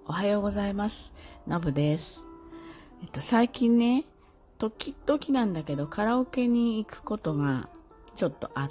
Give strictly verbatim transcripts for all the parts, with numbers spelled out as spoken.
おはようございます。のぶです。えっと、最近ね、時々なんだけど、カラオケに行くことがちょっとあって、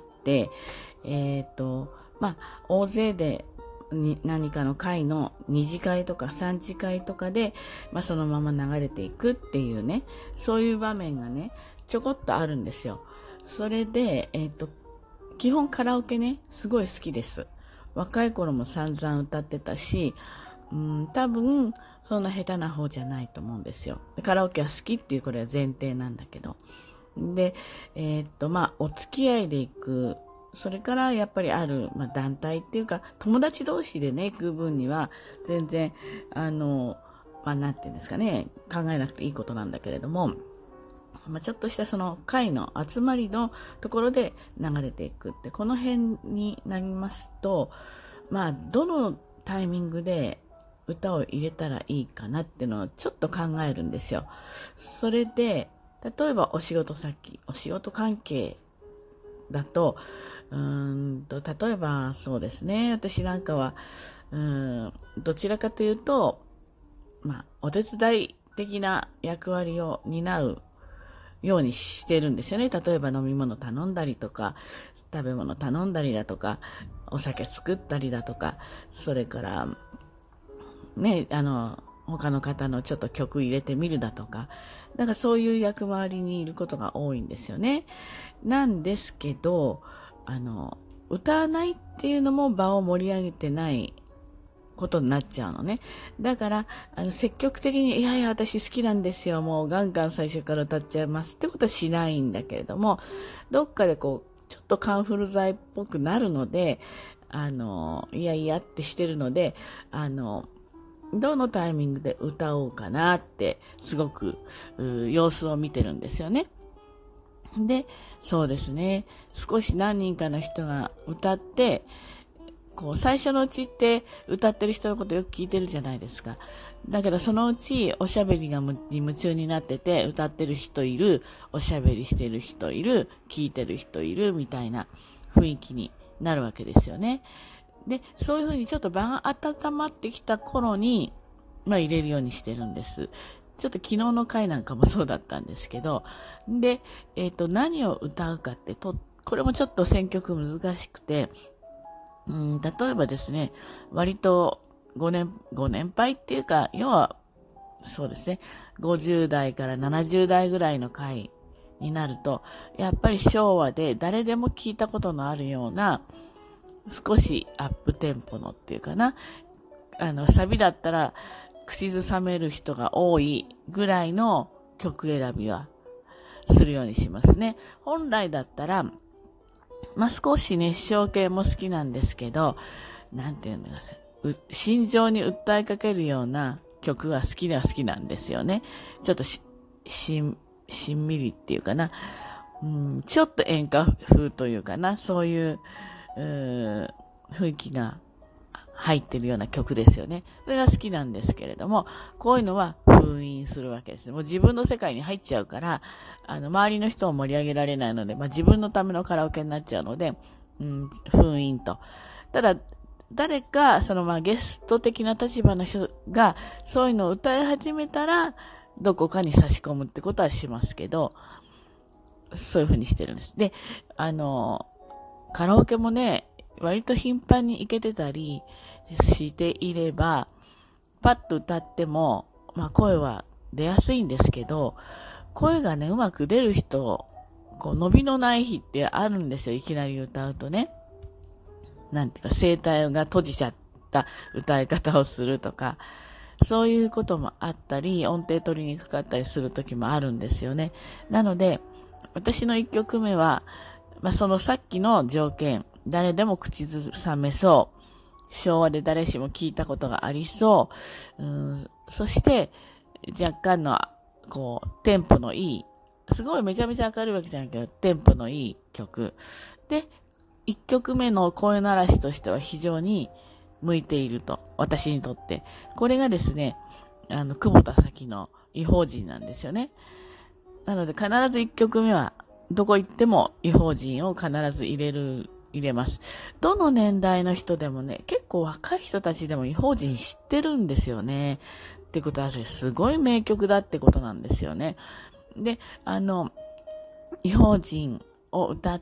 えっと、まあ、大勢でに何かの会の二次会とか三次会とかで、まあ、そのまま流れていくっていうね、そういう場面がね、ちょこっとあるんですよ。それで、えっと、基本カラオケね、すごい好きです。若い頃も散々歌ってたし、うん、多分、そんな下手な方じゃないと思うんですよ。カラオケは好きっていうこれは前提なんだけど。で、えーっと、まあ、お付き合いで行く。それからやっぱりある、まあ、団体っていうか、友達同士でね、行く分には、全然、あの、まあ、なんていうんですかね、考えなくていいことなんだけれども、まあ、ちょっとしたその会の集まりのところで流れていくって、この辺になりますと、まあ、どのタイミングで歌を入れたらいいかなっていうのをちょっと考えるんですよ。それで、例えばお仕事先、お仕事関係だと、うーんと、例えばそうですね、私なんかは、うーん、どちらかというと、まあ、お手伝い的な役割を担うようにしてるんですよね。例えば飲み物頼んだりとか、食べ物頼んだりだとか、お酒作ったりだとか、それから、ね、あの、他の方のちょっと曲入れてみるだとか、なんかそういう役回りにいることが多いんですよね。なんですけど、あの、歌わないっていうのも場を盛り上げてないことになっちゃうのね。だから、あの、積極的に、いやいや、私好きなんですよ。もうガンガン最初から歌っちゃいますってことはしないんだけれども、どっかでこう、ちょっとカンフル剤っぽくなるので、あの、いやいやってしてるので、あの、どのタイミングで歌おうかなって、すごく、様子を見てるんですよね。で、そうですね。少し何人かの人が歌って、こう、最初のうちって歌ってる人のことよく聞いてるじゃないですか。だけどそのうちおしゃべりがに夢中になってて、歌ってる人いる、おしゃべりしてる人いる、聞いてる人いるみたいな雰囲気になるわけですよね。で、そういうふうにちょっと場が温まってきた頃に、まあ入れるようにしてるんです。ちょっと昨日の回なんかもそうだったんですけど、で、えっと、何を歌うかってと、これもちょっと選曲難しくて、うん、例えばですね、割とごねん、ご年配っていうか、要は、そうですね、ごじゅう代からななじゅう代ぐらいの回になると、やっぱり昭和で誰でも聞いたことのあるような、少しアップテンポのっていうかな、あの、サビだったら、口ずさめる人が多いぐらいの曲選びはするようにしますね。本来だったら、まあ、少し熱唱系も好きなんですけど、なんていうんだろう、心情に訴えかけるような曲は好きでは好きなんですよね。ちょっとし、しん、しんみりっていうかな、うん、ちょっと演歌風というかな、そういう、うー雰囲気が入ってるような曲ですよね。それが好きなんですけれども、こういうのは封印するわけです。もう自分の世界に入っちゃうから、あの、周りの人を盛り上げられないので、まあ自分のためのカラオケになっちゃうので、うん、封印と。ただ、誰か、そのまあゲスト的な立場の人が、そういうのを歌い始めたら、どこかに差し込むってことはしますけど、そういう風にしてるんです。で、あの、カラオケもね、割と頻繁に行けてたりしていれば、パッと歌っても、まあ声は出やすいんですけど、声がね、うまく出る人、こう伸びのない日ってあるんですよ、いきなり歌うとね。なんていうか、声帯が閉じちゃった歌い方をするとか、そういうこともあったり、音程取りにくかったりする時もあるんですよね。なので、私の一曲目は、まあ、そのさっきの条件、誰でも口ずさめそう。昭和で誰しも聞いたことがありそう。うん、そして、若干の、こう、テンポのいい、すごいめちゃめちゃ明るいわけじゃないけど、テンポのいい曲。で、一曲目の声鳴らしとしては非常に向いていると。私にとって。これがですね、あの、久保田早紀の異邦人なんですよね。なので必ず一曲目は、どこ行っても異邦人を必ず入れる入れます。どの年代の人でもね、結構若い人たちでも異邦人知ってるんですよね。ってことは、すごい名曲だってことなんですよね。で、あの、異邦人を歌って、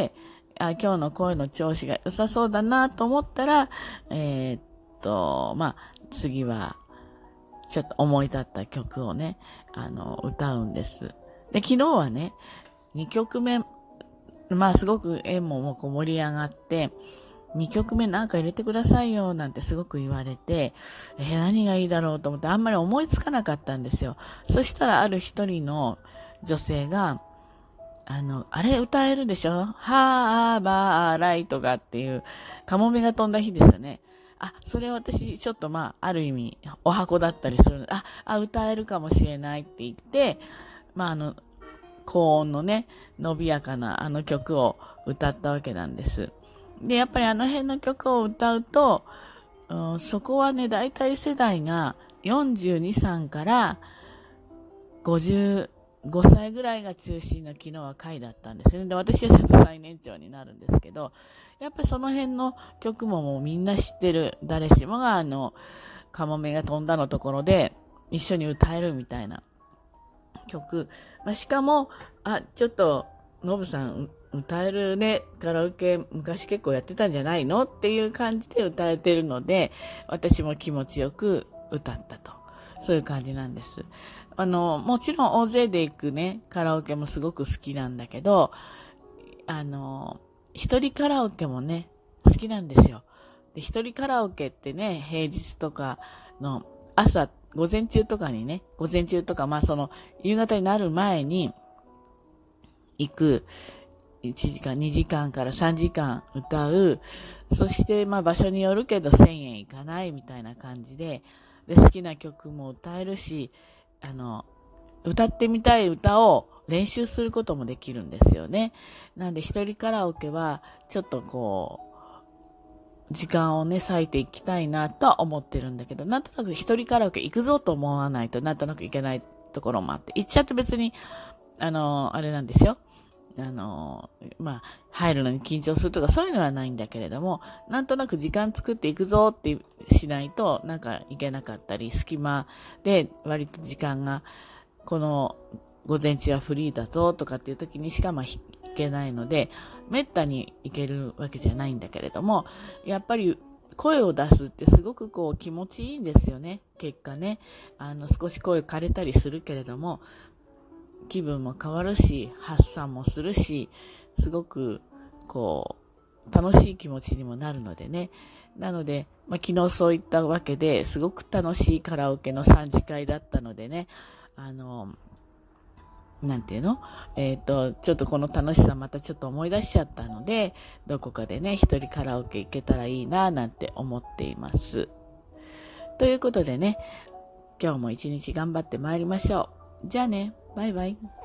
あ、今日の声の調子が良さそうだなと思ったら、えー、っと、まあ、次は、ちょっと思い立った曲をね、あの、歌うんです。で、昨日はね、にきょくめ、まあ、すごく縁ももう盛り上がって、にきょくめなんか入れてくださいよ、なんてすごく言われて、えー、何がいいだろうと思ってあんまり思いつかなかったんですよ。そしたらある一人の女性が、あの、あれ歌えるでしょ？ハーバーライトがっていう、カモメが飛んだ日ですよね。あ、それ私、ちょっとまあ、ある意味、お箱だったりする。あ、あ、歌えるかもしれないって言って、まあ、あの、高音のね、伸びやかなあの曲を歌ったわけなんです。で、やっぱりあの辺の曲を歌うと、うん、そこはね、大体世代がよんじゅうに、さんからごじゅうごさいぐらいが中心の昨日は回だったんですね。で、私はちょっと最年長になるんですけど、やっぱりその辺の曲ももうみんな知ってる、誰しもがあの、カモメが飛んだのところで一緒に歌えるみたいな曲。まあ、しかも、あ、ちょっと、ノブさん歌えるね、カラオケ昔結構やってたんじゃないのっていう感じで歌えてるので、私も気持ちよく歌ったと。そういう感じなんです。あの、もちろん大勢で行くね、カラオケもすごく好きなんだけど、あの、一人カラオケもね、好きなんですよ。で、一人カラオケってね、平日とかの朝、午前中とかにね、午前中とか、まあその、夕方になる前に行く、いちじかん、にじかんからさんじかん歌う、そしてまあ場所によるけどせんえんいかないみたいな感じで、で、好きな曲も歌えるし、あの、歌ってみたい歌を練習することもできるんですよね。なんで一人カラオケは、ちょっとこう、時間をね、割いていきたいなとは思ってるんだけど、なんとなく一人カラオケ行くぞと思わないとなんとなくいけないところもあって、行っちゃって別に、あの、あれなんですよ。あの、まあ、入るのに緊張するとかそういうのはないんだけれども、なんとなく時間作っていくぞってしないとなんかいけなかったり、隙間で割と時間が、この午前中はフリーだぞとかっていう時にしかまあいけないので、めったにいけるわけじゃないんだけれども、やっぱり声を出すってすごくこう気持ちいいんですよね、結果ね。あの少し声枯れたりするけれども、気分も変わるし、発散もするし、すごくこう楽しい気持ちにもなるのでね。なので、まあ、昨日そういったわけですごく楽しいカラオケのさん次会だったのでね、あのなんていうのえっと、ちょっとこの楽しさまたちょっと思い出しちゃったので、どこかでね、一人カラオケ行けたらいいななんて思っています。ということでね、今日も一日頑張ってまいりましょう。じゃあね、バイバイ。